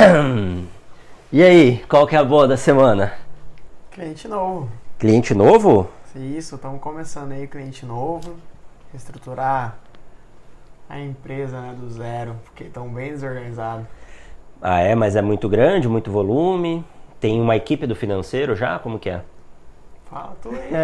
E aí, qual que é a boa da semana? Cliente novo. Cliente novo? Isso, estamos começando aí cliente novo, reestruturar a empresa, né, do zero, porque estão bem desorganizados. Ah, é? Mas é muito grande, muito volume? Tem uma equipe do financeiro já? Como que é? Fala tu aí.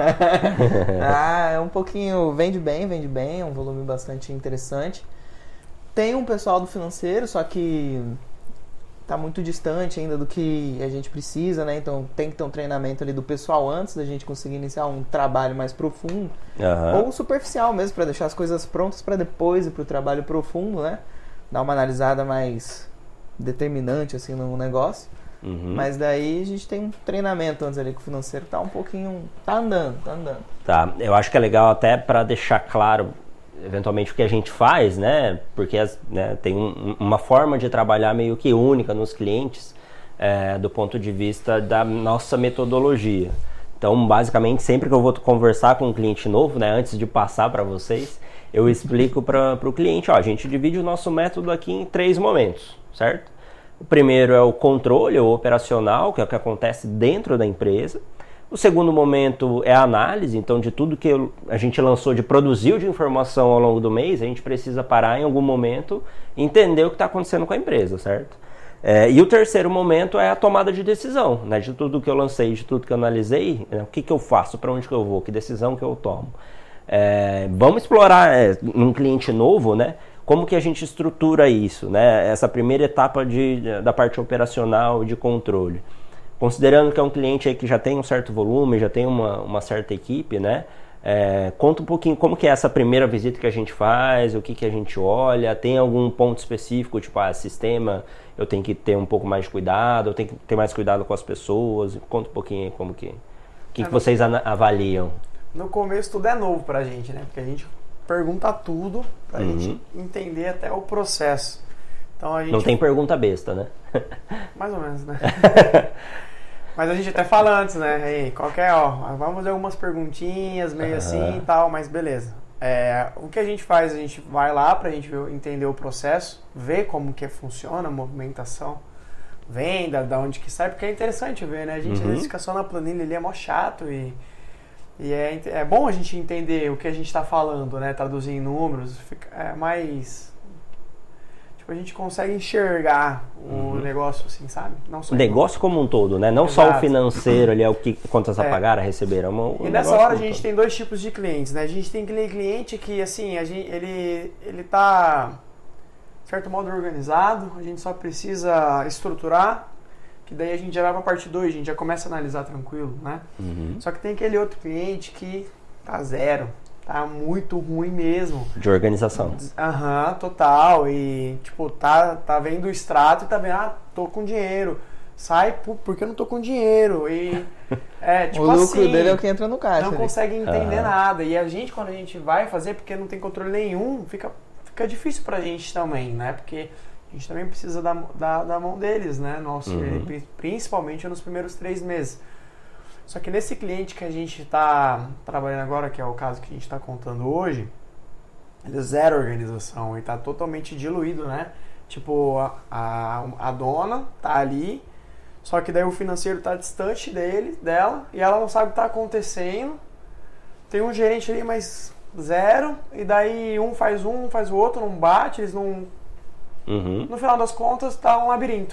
É um pouquinho, vende bem, é um volume bastante interessante. Tem um pessoal do financeiro, só que tá muito distante ainda do que a gente precisa, né? Então tem que ter um treinamento ali do pessoal antes da gente conseguir iniciar um trabalho mais profundo. Ou superficial mesmo, para deixar as coisas prontas para depois ir pro trabalho profundo, né? Dar uma analisada mais determinante assim no negócio. Mas daí a gente tem um treinamento antes ali com o financeiro, tá um pouquinho... Tá andando. Tá, eu acho que é legal até para deixar claro eventualmente o que a gente faz, né? Porque tem uma forma de trabalhar meio que única nos clientes do ponto de vista da nossa metodologia. Então, basicamente, sempre que eu vou conversar com um cliente novo, né, antes de passar para vocês, eu explico para o cliente, a gente divide o nosso método aqui em 3 momentos, certo? O primeiro é o controle ou operacional, que é o que acontece dentro da empresa. O segundo momento é a análise, então de tudo que a gente lançou de produzir de informação ao longo do mês, a gente precisa parar em algum momento e entender o que está acontecendo com a empresa, certo? E o terceiro momento é a tomada de decisão, né? De tudo que eu lancei, de tudo que eu analisei, né? O que eu faço, para onde que eu vou, que decisão que eu tomo. Vamos explorar num cliente novo, né? Como que a gente estrutura isso, né? Essa primeira etapa da parte operacional de controle. Considerando que é um cliente aí que já tem um certo volume, já tem uma certa equipe, né? Conta um pouquinho como que é essa primeira visita que a gente faz, o que a gente olha, tem algum ponto específico, tipo, sistema, eu tenho que ter um pouco mais de cuidado, eu tenho que ter mais cuidado com as pessoas. Conta um pouquinho aí como que vocês avaliam. No começo tudo é novo pra gente, né? Porque a gente pergunta tudo pra gente entender até o processo. Então a gente... Não tem pergunta besta, né? Mais ou menos, né? Mas a gente até fala antes, né? Ei, vamos fazer algumas perguntinhas, meio assim e tal, mas beleza. O que a gente faz? A gente vai lá pra gente entender o processo, ver como que funciona a movimentação, venda, da onde que sai, porque é interessante ver, né? A gente às vezes fica só na planilha, ele é mó chato e é bom a gente entender o que a gente tá falando, né? Traduzir em números, é mais... a gente consegue enxergar o negócio, assim, sabe? Não só o negócio como um todo, né? Não Exato. Só o financeiro ali, quantas a pagar, a receber. E nessa hora a gente tem 2 tipos de clientes, né? A gente tem aquele cliente que, assim, ele tá, de certo modo, organizado, a gente só precisa estruturar, que daí a gente já vai pra parte 2, a gente já começa a analisar tranquilo, né? Só que tem aquele outro cliente que tá zero. Tá muito ruim mesmo. De organização. Total. E, tipo, tá vendo o extrato e tá vendo, tô com dinheiro. Sai, porque eu não tô com dinheiro. E, tipo o lucro assim, dele é o que entra no caixa. Não consegue entender nada. E a gente, quando a gente vai fazer, porque não tem controle nenhum, fica difícil pra gente também, né? Porque a gente também precisa da mão deles, né? Principalmente nos primeiros 3 meses. Só que nesse cliente que a gente está trabalhando agora, que é o caso que a gente está contando hoje, ele é zero organização e está totalmente diluído, né? Tipo, a dona tá ali, só que daí o financeiro está distante dela, e ela não sabe o que está acontecendo. Tem um gerente ali, mas zero, e daí um faz o outro, não bate, eles não... No final das contas, tá um labirinto.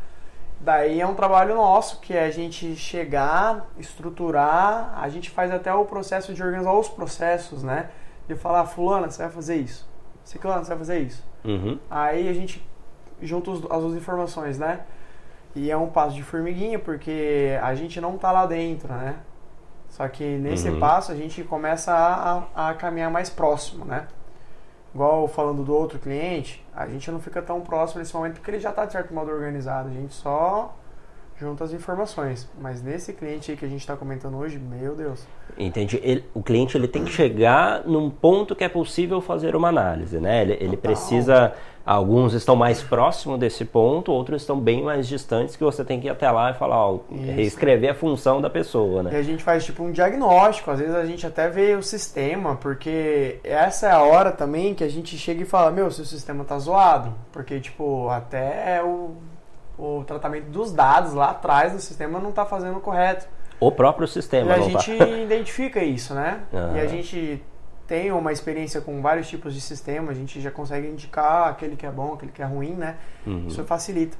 Daí é um trabalho nosso, que é a gente chegar, estruturar, a gente faz até o processo de organizar os processos, né? De falar, fulana, você vai fazer isso. Ciclana, você vai fazer isso. Aí a gente junta as 2 informações, né? E é um passo de formiguinha, porque a gente não tá lá dentro, né? Só que nesse passo a gente começa a caminhar mais próximo, né? Igual falando do outro cliente, a gente não fica tão próximo nesse momento porque ele já está de certo modo organizado. A gente só junta as informações. Mas nesse cliente aí que a gente está comentando hoje, meu Deus. Entendi. O cliente ele tem que chegar num ponto que é possível fazer uma análise, né? Ele precisa... Alguns estão mais próximos desse ponto, outros estão bem mais distantes, que você tem que ir até lá e falar, reescrever a função da pessoa, né? E a gente faz tipo um diagnóstico, às vezes a gente até vê o sistema, porque essa é a hora também que a gente chega e fala, seu sistema tá zoado, porque tipo, até o tratamento dos dados lá atrás no sistema não está fazendo correto. O próprio sistema. E a gente identifica isso, né? E a gente tem uma experiência com vários tipos de sistema, a gente já consegue indicar aquele que é bom, aquele que é ruim, né? Isso facilita.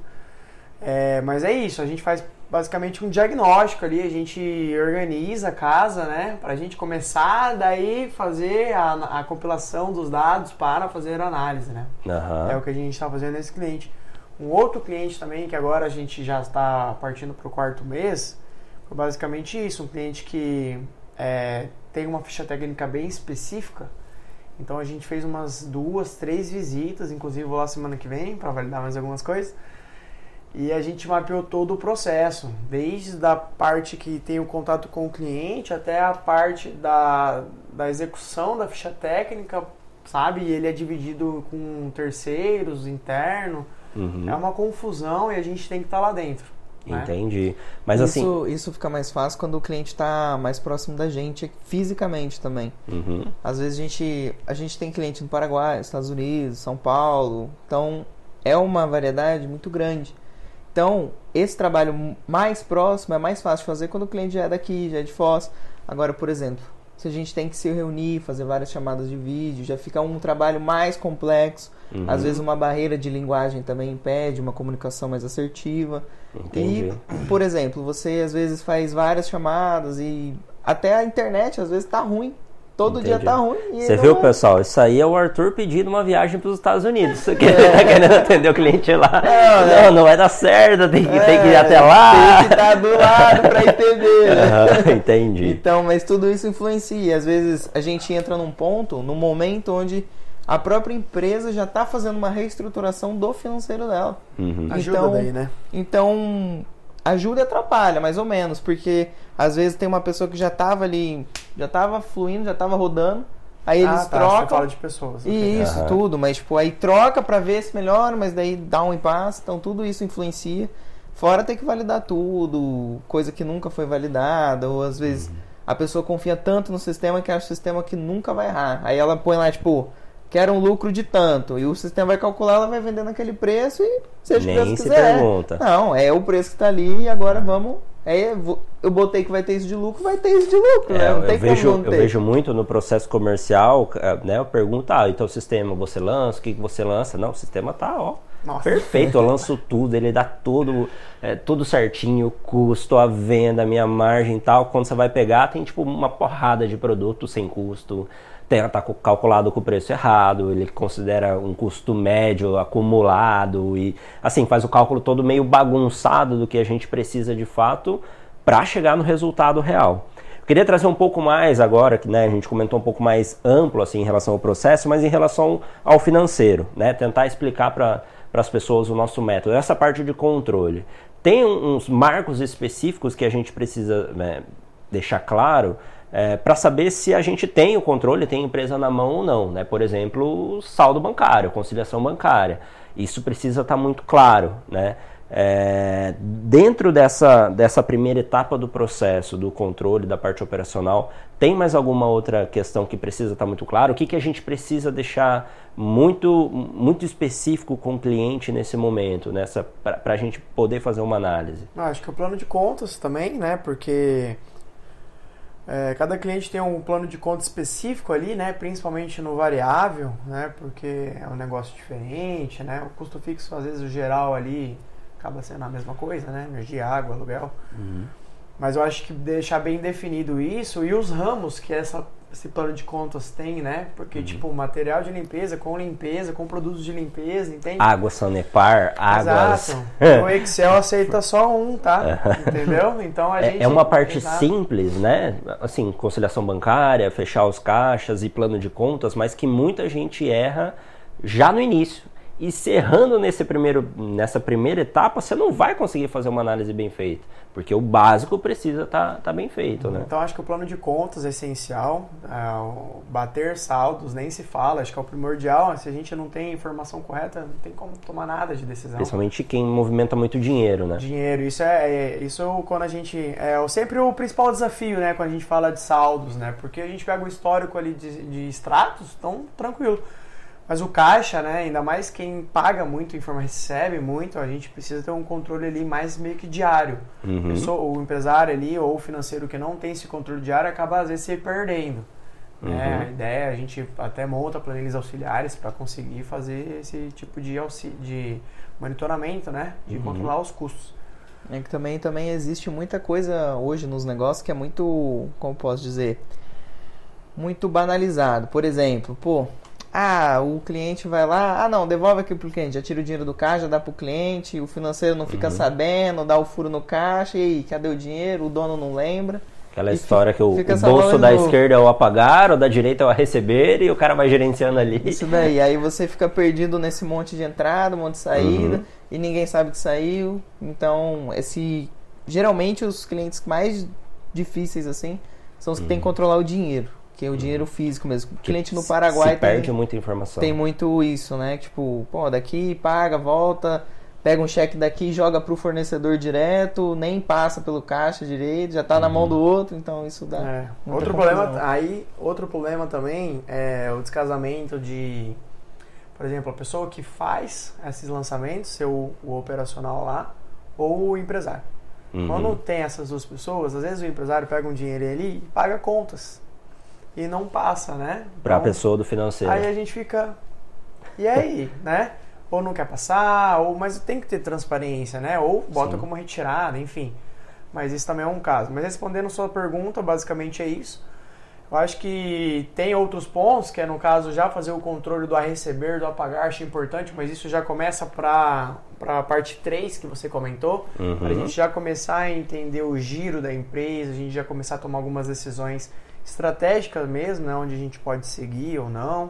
Mas é isso, a gente faz basicamente um diagnóstico ali, a gente organiza a casa, né? Pra gente começar daí fazer a compilação dos dados para fazer a análise, né? É o que a gente está fazendo nesse cliente. Um outro cliente também, que agora a gente já está partindo para o 4º mês, foi basicamente isso, um cliente que tem uma ficha técnica bem específica. Então a gente fez umas 2, 3 visitas, inclusive vou lá semana que vem para validar mais algumas coisas. E a gente mapeou todo o processo, desde a parte que tem o contato com o cliente até a parte da execução da ficha técnica, sabe? E ele é dividido com terceiros, interno. É uma confusão e a gente tem que estar lá dentro. Entendi. Mas isso fica mais fácil quando o cliente está mais próximo da gente fisicamente também. Às vezes a gente tem cliente no Paraguai, Estados Unidos, São Paulo. Então é uma variedade muito grande. Então esse trabalho mais próximo é mais fácil de fazer quando o cliente já é daqui, já é de Foz. Agora, por exemplo, se a gente tem que se reunir, fazer várias chamadas de vídeo, já fica um trabalho mais complexo. Às vezes uma barreira de linguagem também impede uma comunicação mais assertiva. Entendi. E, por exemplo, você às vezes faz várias chamadas e até a internet às vezes tá ruim. Todo dia tá ruim. Você viu, pessoal? Isso aí é o Arthur pedindo uma viagem para os Estados Unidos. Você querendo atender o cliente lá. Não vai dar certo, tem que ir até lá. Tem que estar do lado para entender. Entendi. Então, mas tudo isso influencia. Às vezes a gente entra num momento onde a própria empresa já está fazendo uma reestruturação do financeiro dela. Ajuda daí, né? Então, ajuda e atrapalha, mais ou menos, porque às vezes tem uma pessoa que já estava ali, já estava fluindo, já estava rodando, aí eles trocam. Você fala de pessoas. Isso, tudo, mas tipo, aí troca para ver se melhora, mas daí dá um impasse, então tudo isso influencia. Fora ter que validar tudo, coisa que nunca foi validada, ou às vezes a pessoa confia tanto no sistema que acha o sistema que nunca vai errar. Aí ela põe lá, tipo, quero um lucro de tanto, e o sistema vai calcular, ela vai vender naquele preço e seja o preço que quiser. Pergunta. Não, é o preço que tá ali e agora vamos... eu botei que vai ter isso de lucro, vai ter isso de lucro, né? Não tem como não ter. Eu vejo muito no processo comercial, né? Eu pergunto, então o sistema você lança, o que você lança? Não, o sistema tá, perfeito, eu lanço tudo, ele dá tudo certinho, o custo, a venda, a minha margem e tal. Quando você vai pegar, tem tipo uma porrada de produto sem custo, tá calculado com o preço errado, ele considera um custo médio acumulado e assim, faz o cálculo todo meio bagunçado do que a gente precisa de fato para chegar no resultado real. Eu queria trazer um pouco mais agora, que a gente comentou um pouco mais amplo assim, em relação ao processo, mas em relação ao financeiro, né? Tentar explicar para as pessoas o nosso método, essa parte de controle. Tem uns marcos específicos que a gente precisa deixar claro para saber se a gente tem o controle, tem a empresa na mão ou não, né? Por exemplo, saldo bancário, conciliação bancária. Isso precisa estar muito claro, né? Dentro dessa primeira etapa do processo, do controle, da parte operacional, tem mais alguma outra questão que precisa estar muito claro? O que a gente precisa deixar muito, muito específico com o cliente nesse momento, para a gente poder fazer uma análise? Acho que o plano de contas também, né? Porque cada cliente tem um plano de conta específico ali, né? Principalmente no variável, né? Porque é um negócio diferente, né? O custo fixo, às vezes, o geral ali acaba sendo a mesma coisa, né? Energia, água, aluguel. Mas eu acho que deixar bem definido isso e os ramos que esse plano de contas tem, né? Porque, tipo, material de limpeza, com produtos de limpeza, entende? Água Sanepar, águas... Exato. O Excel aceita só um, tá? Entendeu? Então a gente... É uma parte simples, né? Assim, conciliação bancária, fechar os caixas e plano de contas, mas que muita gente erra já no início. E se errando nessa primeira etapa, você não vai conseguir fazer uma análise bem feita, porque o básico precisa estar bem feito, né? Então acho que o plano de contas é essencial, bater saldos nem se fala, acho que é o primordial. Se a gente não tem informação correta, não tem como tomar nada de decisão. Principalmente quem movimenta muito dinheiro, né? Dinheiro, isso quando a gente... É sempre o principal desafio, né? Quando a gente fala de saldos, né? Porque a gente pega o histórico ali de extratos, então tranquilo. Mas o caixa, né, ainda mais quem paga muito, recebe muito, a gente precisa ter um controle ali mais meio que diário. O empresário ali ou o financeiro que não tem esse controle diário acaba às vezes se perdendo. A ideia, a gente até monta planilhas auxiliares para conseguir fazer esse tipo de monitoramento, né, de controlar os custos. É que também existe muita coisa hoje nos negócios que é muito, como posso dizer, muito banalizado. Por exemplo, o cliente vai lá, não, devolve aqui pro cliente, já tira o dinheiro do caixa, dá pro cliente, o financeiro não fica sabendo, dá o furo no caixa, e aí, cadê o dinheiro? O dono não lembra. Aquela história que o bolso da esquerda é o a pagar, o da direita é o a receber, e o cara vai gerenciando ali. Isso daí, aí você fica perdido nesse monte de entrada, um monte de saída, e ninguém sabe que saiu. Então, geralmente os clientes mais difíceis assim são os que têm que controlar o dinheiro, que é o dinheiro físico mesmo. O cliente no Paraguai perde muita informação. Tem muito isso, né? Tipo, daqui paga, volta, pega um cheque daqui, joga pro fornecedor direto, nem passa pelo caixa direito, já tá na mão do outro, então isso dá outro problema também é o descasamento de, por exemplo, a pessoa que faz esses lançamentos, ser o operacional lá, ou o empresário. Quando tem essas duas pessoas, às vezes o empresário pega um dinheiro ali e paga contas. E não passa, né? Para a pessoa do financeiro. Aí a gente fica... E aí, né? Ou não quer passar, mas tem que ter transparência, né? Ou bota como retirada, enfim. Mas isso também é um caso. Mas respondendo sua pergunta, basicamente é isso. Eu acho que tem outros pontos, que é no caso já fazer o controle do a receber, do a pagar, acho importante, mas isso já começa para a parte 3 que você comentou, para a gente já começar a entender o giro da empresa, a gente já começar a tomar algumas decisões estratégicas mesmo, né, onde a gente pode seguir ou não.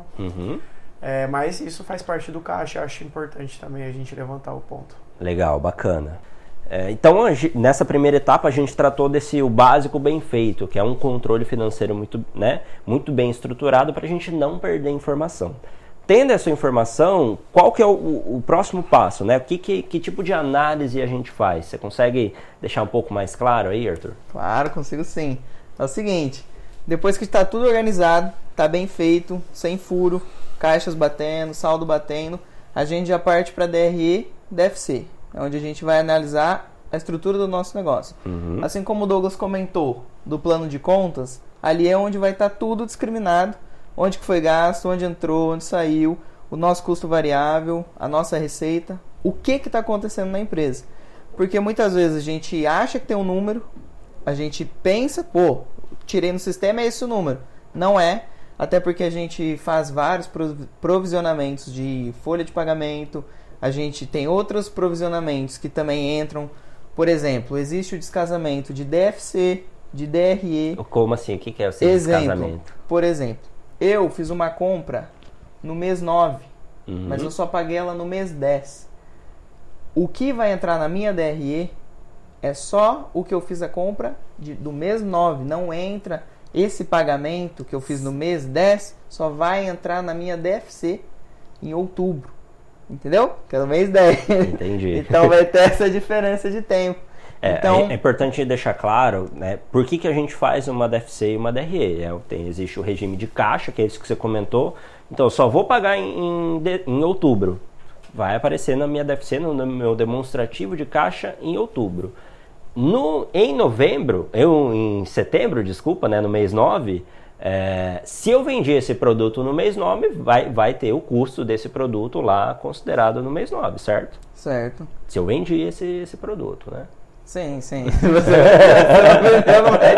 Mas isso faz parte do caixa, acho importante também a gente levantar o ponto. Legal, bacana. Então, nessa primeira etapa, a gente tratou o básico bem feito, que é um controle financeiro muito bem estruturado para a gente não perder informação. Tendo essa informação, qual que é o próximo passo, né? Que tipo de análise a gente faz? Você consegue deixar um pouco mais claro aí, Arthur? Claro, consigo sim. É o seguinte, depois que está tudo organizado, está bem feito, sem furo, caixas batendo, saldo batendo, a gente já parte para DRE, DFC, onde a gente vai analisar a estrutura do nosso negócio. Assim como o Douglas comentou do plano de contas, ali é onde vai estar tudo discriminado, onde que foi gasto, onde entrou, onde saiu, o nosso custo variável, a nossa receita, o que está acontecendo na empresa. Porque muitas vezes a gente acha que tem um número, a gente pensa, tirei no sistema, é esse o número. Não é, até porque a gente faz vários provisionamentos de folha de pagamento, a gente tem outros provisionamentos que também entram. Por exemplo, existe o descasamento de DFC, de DRE. Como assim? O que é esse descasamento? Por exemplo, eu fiz uma compra no mês 9, mas eu só paguei ela no mês 10. O que vai entrar na minha DRE é só o que eu fiz a compra do mês 9. Não entra esse pagamento que eu fiz no mês 10, só vai entrar na minha DFC em outubro. Entendeu? Que é no mês 10. Entendi. Então vai ter essa diferença de tempo. Então, é importante deixar claro, né, por que a gente faz uma DFC e uma DRE. Existe o regime de caixa, que é isso que você comentou. Então, eu só vou pagar em outubro. Vai aparecer na minha DFC, no meu demonstrativo de caixa, em outubro. Em setembro, né, no mês 9, se eu vendi esse produto no mês 9, vai ter o custo desse produto lá considerado no mês 9, certo? Certo. Se eu vendi esse produto, né? Sim. Você não vai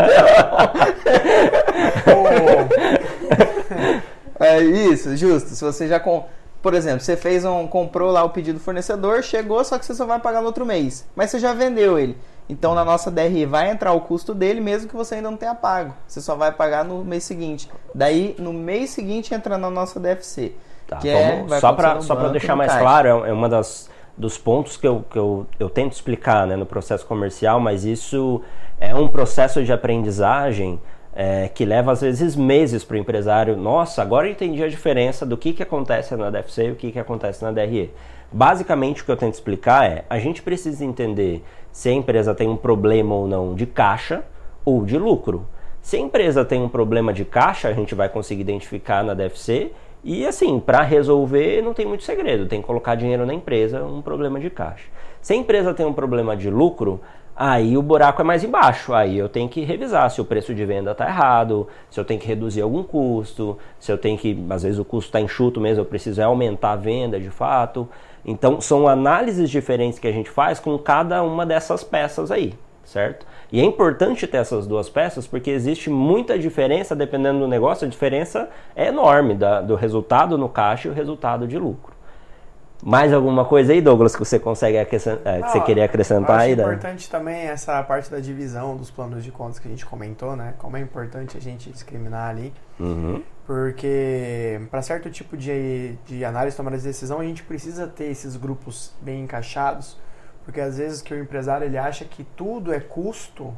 ter, isso, justo. Se você já... Por exemplo, você comprou lá o pedido do fornecedor, chegou, só que você só vai pagar no outro mês. Mas você já vendeu ele. Então, na nossa DRE vai entrar o custo dele, mesmo que você ainda não tenha pago. Você só vai pagar no mês seguinte. Daí, no mês seguinte, entra na nossa DFC. Tá, só para deixar mais claro, é uma dos pontos que eu tento explicar, né, no processo comercial, mas isso é um processo de aprendizagem que leva, às vezes, meses para o empresário. Nossa, agora eu entendi a diferença do que acontece na DFC e o que acontece na DRE. Basicamente, o que eu tento explicar a gente precisa entender se a empresa tem um problema ou não de caixa ou de lucro. Se a empresa tem um problema de caixa, a gente vai conseguir identificar na DFC, E assim, para resolver não tem muito segredo, tem que colocar dinheiro na empresa, um problema de caixa. Se a empresa tem um problema de lucro, aí o buraco é mais embaixo, aí eu tenho que revisar se o preço de venda está errado, se eu tenho que reduzir algum custo, se eu tenho que, às vezes o custo está enxuto mesmo, eu preciso aumentar a venda de fato. Então são análises diferentes que a gente faz com cada uma dessas peças aí, certo? E é importante ter essas duas peças porque existe muita diferença dependendo do negócio, a diferença é enorme do resultado no caixa e o resultado de lucro. Mais alguma coisa aí, Douglas, que você consegue que você queria acrescentar aí? É importante também essa parte da divisão dos planos de contas que a gente comentou, né? Como é importante a gente discriminar ali. Porque para certo tipo de análise, tomada de decisão, a gente precisa ter esses grupos bem encaixados. Porque às vezes que o empresário ele acha que tudo é custo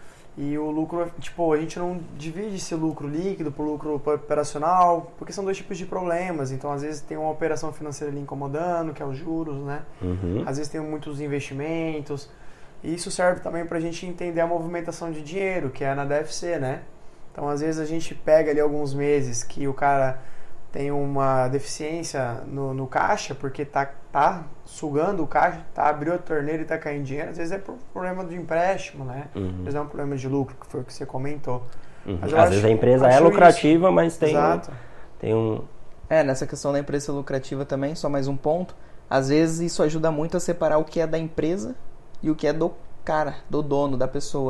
e o lucro, tipo, a gente não divide esse lucro líquido por lucro operacional, porque são dois tipos de problemas. Então, às vezes tem uma operação financeira ali incomodando, que é os juros, né? Às vezes tem muitos investimentos. E isso serve também para a gente entender a movimentação de dinheiro, que é na DFC, né? Então, às vezes a gente pega ali alguns meses que o cara tem uma deficiência no caixa, porque tá sugando o caixa, abriu a torneira e tá caindo dinheiro. Às vezes é por problema de empréstimo, né? Às vezes é um problema de lucro, que foi o que você comentou. Às vezes a empresa é lucrativa, mas tem um... nessa questão da empresa lucrativa também, só mais um ponto. Às vezes isso ajuda muito a separar o que é da empresa e o que é do cara, do dono, da pessoa.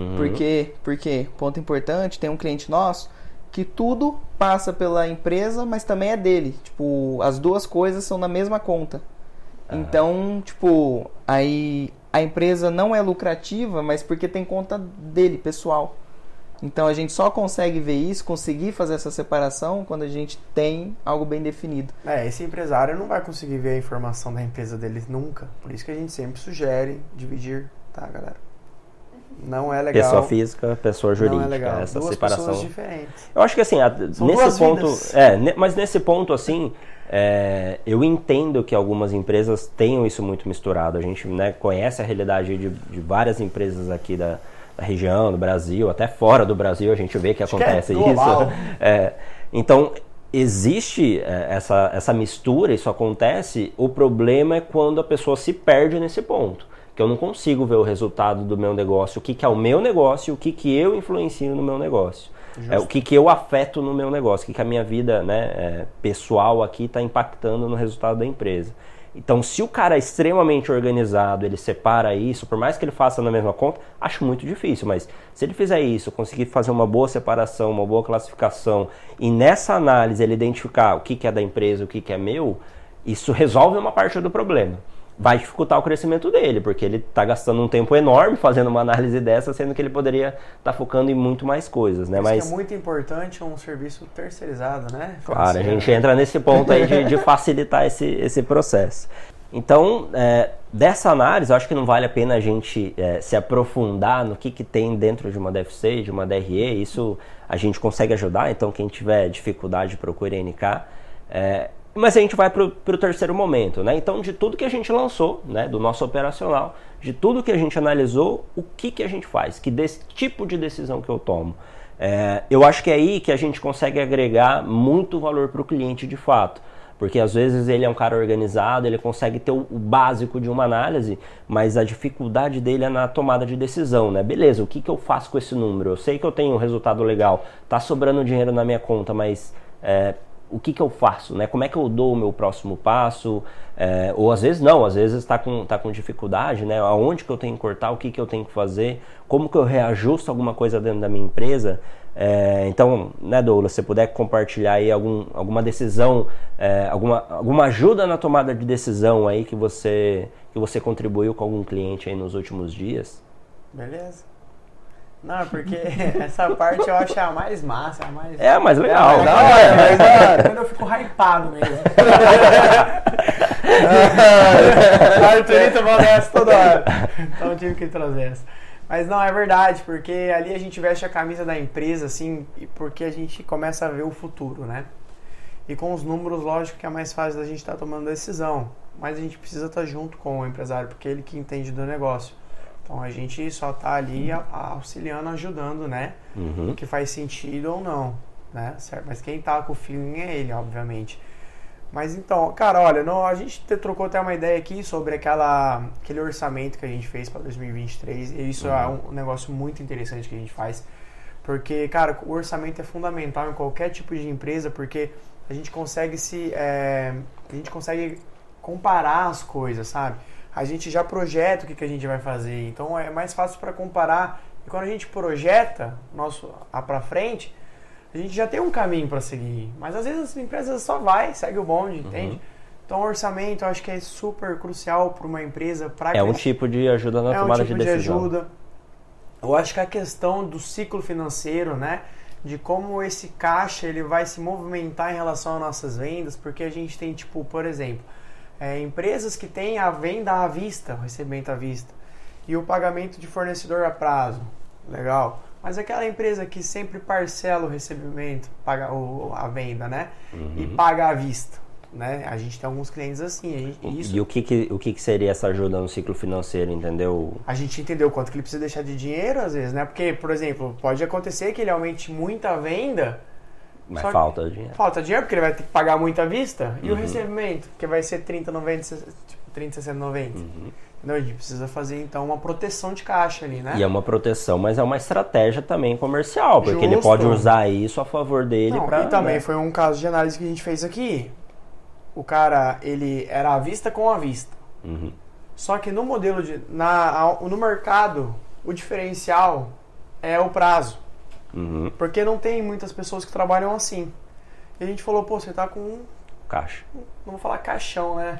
Porque, ponto importante, tem um cliente nosso que tudo passa pela empresa, mas também é dele. Tipo, as duas coisas são na mesma conta. Então, tipo, aí a empresa não é lucrativa, mas porque tem conta dele, pessoal. Então a gente só consegue ver isso, conseguir fazer essa separação quando a gente tem algo bem definido. Esse empresário não vai conseguir ver a informação da empresa dele nunca. Por isso que a gente sempre sugere dividir, tá, galera? Não é legal. Pessoa física, pessoa jurídica. Não é legal. Essa Duas separação. Pessoas diferentes. Eu acho que assim, nesse ponto, mas nesse ponto assim, eu entendo que algumas empresas tenham isso muito misturado. A gente, né, conhece a realidade de várias empresas aqui da região, do Brasil, até fora do Brasil a gente vê que acontece isso. Então existe essa mistura, isso acontece. O problema é quando a pessoa se perde nesse ponto. Que eu não consigo ver o resultado do meu negócio, o que é o meu negócio, o que eu influencio no meu negócio, o que eu afeto no meu negócio, o que a minha vida, né, pessoal aqui está impactando no resultado da empresa. Então, se o cara é extremamente organizado, ele separa isso, por mais que ele faça na mesma conta, acho muito difícil, mas se ele fizer isso, conseguir fazer uma boa separação, uma boa classificação, e nessa análise ele identificar o que é da empresa, o que é meu, isso resolve uma parte do problema. Vai dificultar o crescimento dele, porque ele está gastando um tempo enorme fazendo uma análise dessa, sendo que ele poderia estar focando em muito mais coisas, né? Mas é muito importante um serviço terceirizado, né? Claro, a gente entra nesse ponto aí de facilitar esse processo. Então, dessa análise, eu acho que não vale a pena a gente se aprofundar no que tem dentro de uma DFC, de uma DRE. Isso a gente consegue ajudar, então quem tiver dificuldade procure a NK. Mas a gente vai para o terceiro momento, né? Então, de tudo que a gente lançou, né, do nosso operacional, de tudo que a gente analisou, o que a gente faz? Que tipo de decisão que eu tomo? Eu acho que é aí que a gente consegue agregar muito valor para o cliente de fato. Porque às vezes ele é um cara organizado, ele consegue ter o básico de uma análise, mas a dificuldade dele é na tomada de decisão, né? Beleza, o que eu faço com esse número? Eu sei que eu tenho um resultado legal, tá sobrando dinheiro na minha conta, mas... o que eu faço, né? Como é que eu dou o meu próximo passo? Ou às vezes não, às vezes está com dificuldade, né? Aonde que eu tenho que cortar, o que eu tenho que fazer, como que eu reajusto alguma coisa dentro da minha empresa. Então, né, Douglas, se você puder compartilhar aí alguma decisão, alguma ajuda na tomada de decisão aí que você contribuiu com algum cliente aí nos últimos dias. Beleza. Não, porque essa parte eu acho a mais massa, a mais... É a mais legal. Quando eu fico hypado mesmo. Arthurito manda essa toda hora. Então eu tive que trazer essa. Mas não, é verdade, porque ali a gente veste a camisa da empresa, assim, porque a gente começa a ver o futuro, né? E com os números, lógico que é mais fácil da gente estar tomando decisão. Mas a gente precisa estar junto com o empresário, porque é ele que entende do negócio. Então a gente só está ali auxiliando, ajudando, né? O que faz sentido ou não. né? Certo? Mas quem tá com o feeling é ele, obviamente. Mas então, cara, olha, a gente trocou até uma ideia aqui sobre aquele orçamento que a gente fez para 2023. E isso é um negócio muito interessante que a gente faz. Porque, cara, o orçamento é fundamental em qualquer tipo de empresa, porque a gente consegue comparar as coisas, sabe? A gente já projeta o que a gente vai fazer, então é mais fácil para comparar. E quando a gente projeta para frente, a gente já tem um caminho para seguir. Mas às vezes as empresas só segue o bonde, entende? Então o orçamento eu acho que é super crucial para uma empresa. Um tipo de ajuda na tomada de decisão. De ajuda. Eu acho que a questão do ciclo financeiro, né? De como esse caixa ele vai se movimentar em relação às nossas vendas, porque a gente tem, tipo, por exemplo, empresas que têm a venda à vista, o recebimento à vista, e o pagamento de fornecedor a prazo. Legal. Mas aquela empresa que sempre parcela o recebimento, paga a venda, né? E paga à vista, né? A gente tem alguns clientes assim. E o que seria essa ajuda no ciclo financeiro, entendeu? A gente entendeu quanto que ele precisa deixar de dinheiro, às vezes, né? Porque, por exemplo, pode acontecer que ele aumente muita venda, mas falta dinheiro. Falta dinheiro, porque ele vai ter que pagar muita vista. E o recebimento, que vai ser 30, 90, 30, 60, 90. Não, a gente precisa fazer, então, uma proteção de caixa ali, né? E é uma proteção, mas é uma estratégia também comercial, porque ele pode usar isso a favor dele. E também foi um caso de análise que a gente fez aqui. O cara, ele era à vista com a vista. Só que no modelo no mercado, o diferencial é o prazo. Porque não tem muitas pessoas que trabalham assim. E a gente falou, pô, você tá com caixa. Não vou falar caixão, né?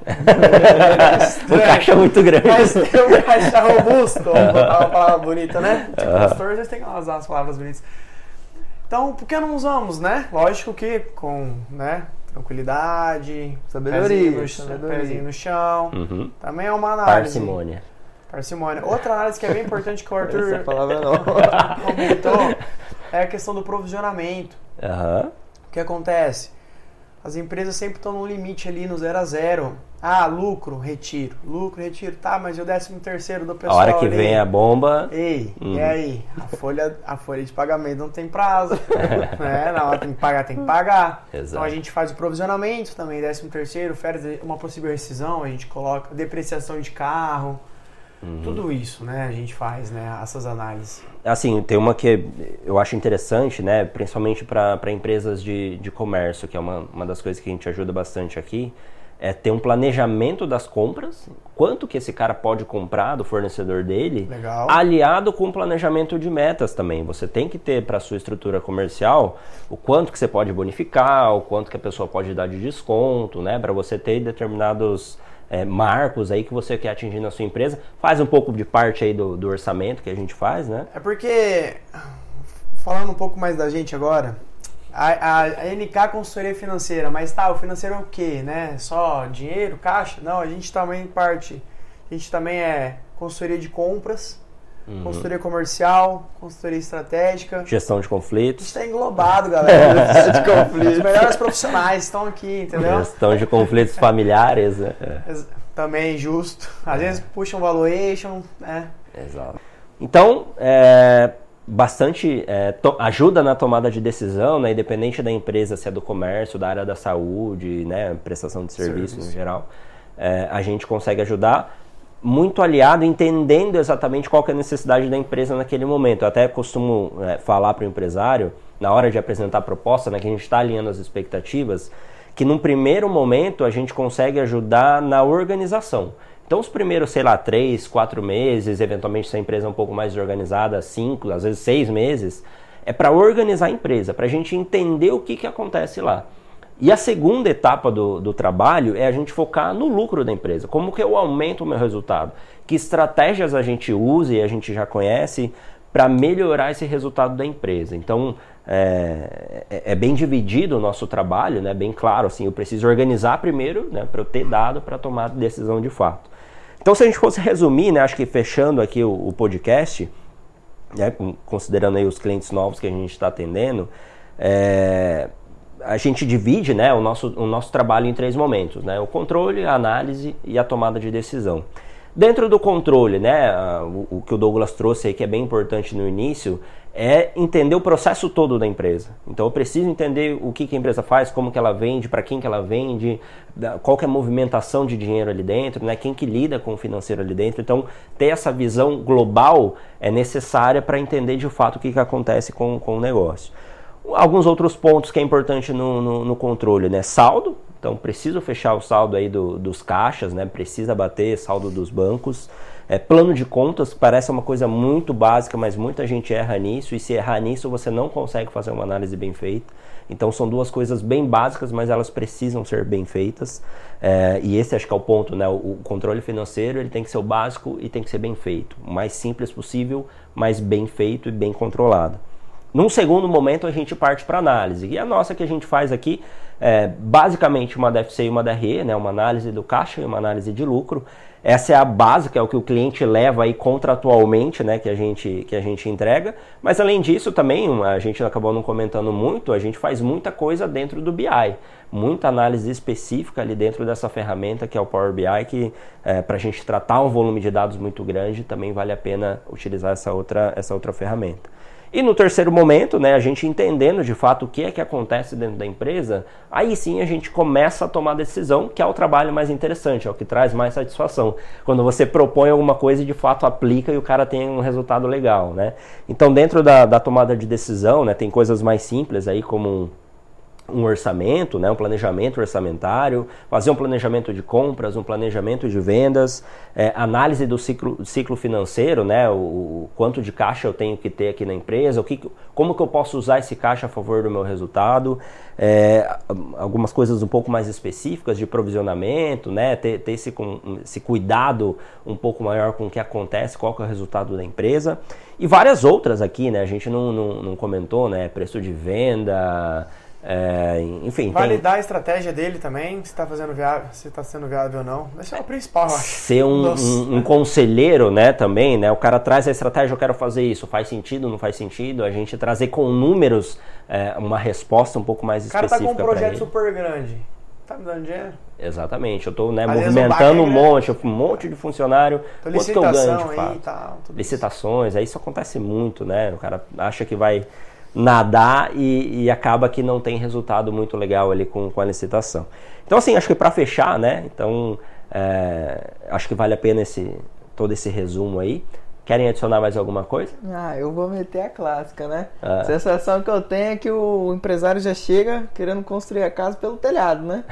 Um caixa muito grande. Mas tem um caixa robusto, vamos botar uma palavra bonita, né? Tipo, pastor, vocês têm que usar as palavras bonitas. Então, por que não usamos, né? Lógico que com, né, tranquilidade, pezinho no chão. Também é uma análise. Parcimônia. Outra análise que é bem importante que o Arthur essa palavra não comentou é a questão do provisionamento. O que acontece? As empresas sempre estão no limite ali, no 0 a 0. Lucro, retiro. Tá, mas e o 13º do pessoal? A hora que vem a bomba... Ei, e aí? A folha de pagamento não tem prazo. Né? Na hora tem que pagar. Exato. Então a gente faz o provisionamento também, 13º, férias, uma possível rescisão, a gente coloca depreciação de carro. Tudo isso, né, a gente faz, né, essas análises. Assim, tem uma que eu acho interessante, né, principalmente para empresas de comércio, que é uma das coisas que a gente ajuda bastante aqui, é ter um planejamento das compras, quanto que esse cara pode comprar do fornecedor dele, legal, aliado com o planejamento de metas também. Você tem que ter para a sua estrutura comercial o quanto que você pode bonificar, o quanto que a pessoa pode dar de desconto, né, para você ter determinados... marcos aí que você quer atingir na sua empresa, faz um pouco de parte aí do orçamento que a gente faz, né? É porque, falando um pouco mais da gente agora, a NK Consultoria Financeira, mas o financeiro é o quê, né? Só dinheiro, caixa? Não, a gente também é consultoria de compras, consultoria comercial, consultoria estratégica. Gestão de conflitos. Isso está englobado, galera. Gestão de conflitos. Os melhores profissionais estão aqui, entendeu? Gestão de conflitos familiares. Né? Também justo. Às vezes puxa um valuation, né? Exato. Então, bastante ajuda na tomada de decisão, né? Independente da empresa, se é do comércio, da área da saúde, né? Prestação de serviço no geral. A gente consegue ajudar. Muito aliado, entendendo exatamente qual que é a necessidade da empresa naquele momento. Eu até costumo falar para o empresário, na hora de apresentar a proposta, né, que a gente está alinhando as expectativas, que num primeiro momento a gente consegue ajudar na organização. Então os primeiros, 3, 4 meses, eventualmente se a empresa é um pouco mais organizada, 5, às vezes 6 meses, é para organizar a empresa, para a gente entender o que acontece lá. E a segunda etapa do trabalho é a gente focar no lucro da empresa. Como que eu aumento o meu resultado? Que estratégias a gente usa e a gente já conhece para melhorar esse resultado da empresa? Então, é bem dividido o nosso trabalho, né? Bem claro, assim, eu preciso organizar primeiro, né, para eu ter dado para tomar decisão de fato. Então, se a gente fosse resumir, né, acho que fechando aqui o podcast, né, considerando aí os clientes novos que a gente está atendendo, a gente divide, né, o nosso trabalho em 3 momentos, né? O controle, a análise e a tomada de decisão. Dentro do controle, né, o que o Douglas trouxe aí, que é bem importante no início, é entender o processo todo da empresa. Então eu preciso entender o que a empresa faz, como que ela vende, para quem que ela vende, qual que é a movimentação de dinheiro ali dentro, né, quem que lida com o financeiro ali dentro. Então ter essa visão global é necessária para entender de fato o que acontece com o negócio. Alguns outros pontos que é importante no controle, né, saldo. Então preciso fechar o saldo aí dos caixas, né, precisa bater saldo dos bancos. Plano de contas parece uma coisa muito básica, mas muita gente erra nisso, e se errar nisso você não consegue fazer uma análise bem feita. Então são duas coisas bem básicas, mas elas precisam ser bem feitas, e esse acho que é o ponto, né? O controle financeiro ele tem que ser o básico e tem que ser bem feito, o mais simples possível, mas bem feito e bem controlado. Num segundo momento a gente parte para análise, e a nossa que a gente faz aqui é basicamente uma DFC e uma DRE, né? Uma análise do caixa e uma análise de lucro. Essa é a básica, é o que o cliente leva aí contratualmente, né, que a gente entrega. Mas além disso também, a gente acabou não comentando muito, a gente faz muita coisa dentro do BI. Muita análise específica ali dentro dessa ferramenta que é o Power BI, que para a gente tratar um volume de dados muito grande, também vale a pena utilizar essa outra ferramenta. E no terceiro momento, né, a gente entendendo de fato o que é que acontece dentro da empresa, aí sim a gente começa a tomar decisão, que é o trabalho mais interessante, é o que traz mais satisfação. Quando você propõe alguma coisa e de fato aplica e o cara tem um resultado legal, né? Então dentro da tomada de decisão, né, tem coisas mais simples aí como um orçamento, né, um planejamento orçamentário, fazer um planejamento de compras, um planejamento de vendas, análise do ciclo financeiro, né, o quanto de caixa eu tenho que ter aqui na empresa, como que eu posso usar esse caixa a favor do meu resultado, algumas coisas um pouco mais específicas de provisionamento, né, ter esse cuidado um pouco maior com o que acontece, qual que é o resultado da empresa, e várias outras aqui, né, a gente não comentou, né, preço de venda, enfim, validar a estratégia dele também, se está sendo viável ou não. Esse é o principal, eu acho. Ser um conselheiro, né, também, né? O cara traz a estratégia, eu quero fazer isso, faz sentido, não faz sentido? A gente trazer com números uma resposta um pouco mais específica. O cara tá com um projeto super grande, tá me dando dinheiro? Exatamente, eu estou, né, movimentando um monte de funcionário, quanto que eu ganho de fato? Tal, licitações, aí isso acontece muito, né? O cara acha que vai nadar e acaba que não tem resultado muito legal ali com a licitação. Então assim, acho que para fechar, né, então acho que vale a pena todo esse resumo aí. Querem adicionar mais alguma coisa? Eu vou meter a clássica, né? A sensação que eu tenho é que o empresário já chega querendo construir a casa pelo telhado, né?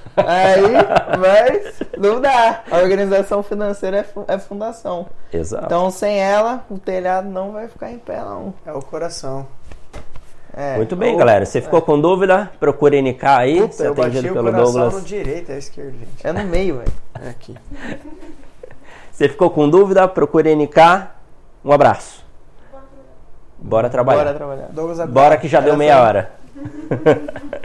Mas não dá. A organização financeira é fundação. Exato. Então sem ela, o telhado não vai ficar em pé, não. É o coração. Muito bem, galera. Você ficou com dúvida? Procure NK aí. Puta, você eu bati atendido o pelo coração Douglas. no direito, é esquerdo, gente. É no meio, velho. É aqui. Você ficou com dúvida? Procure NK. Um abraço. Bora trabalhar. Bora trabalhar. Douglas, Bora que já deu meia hora.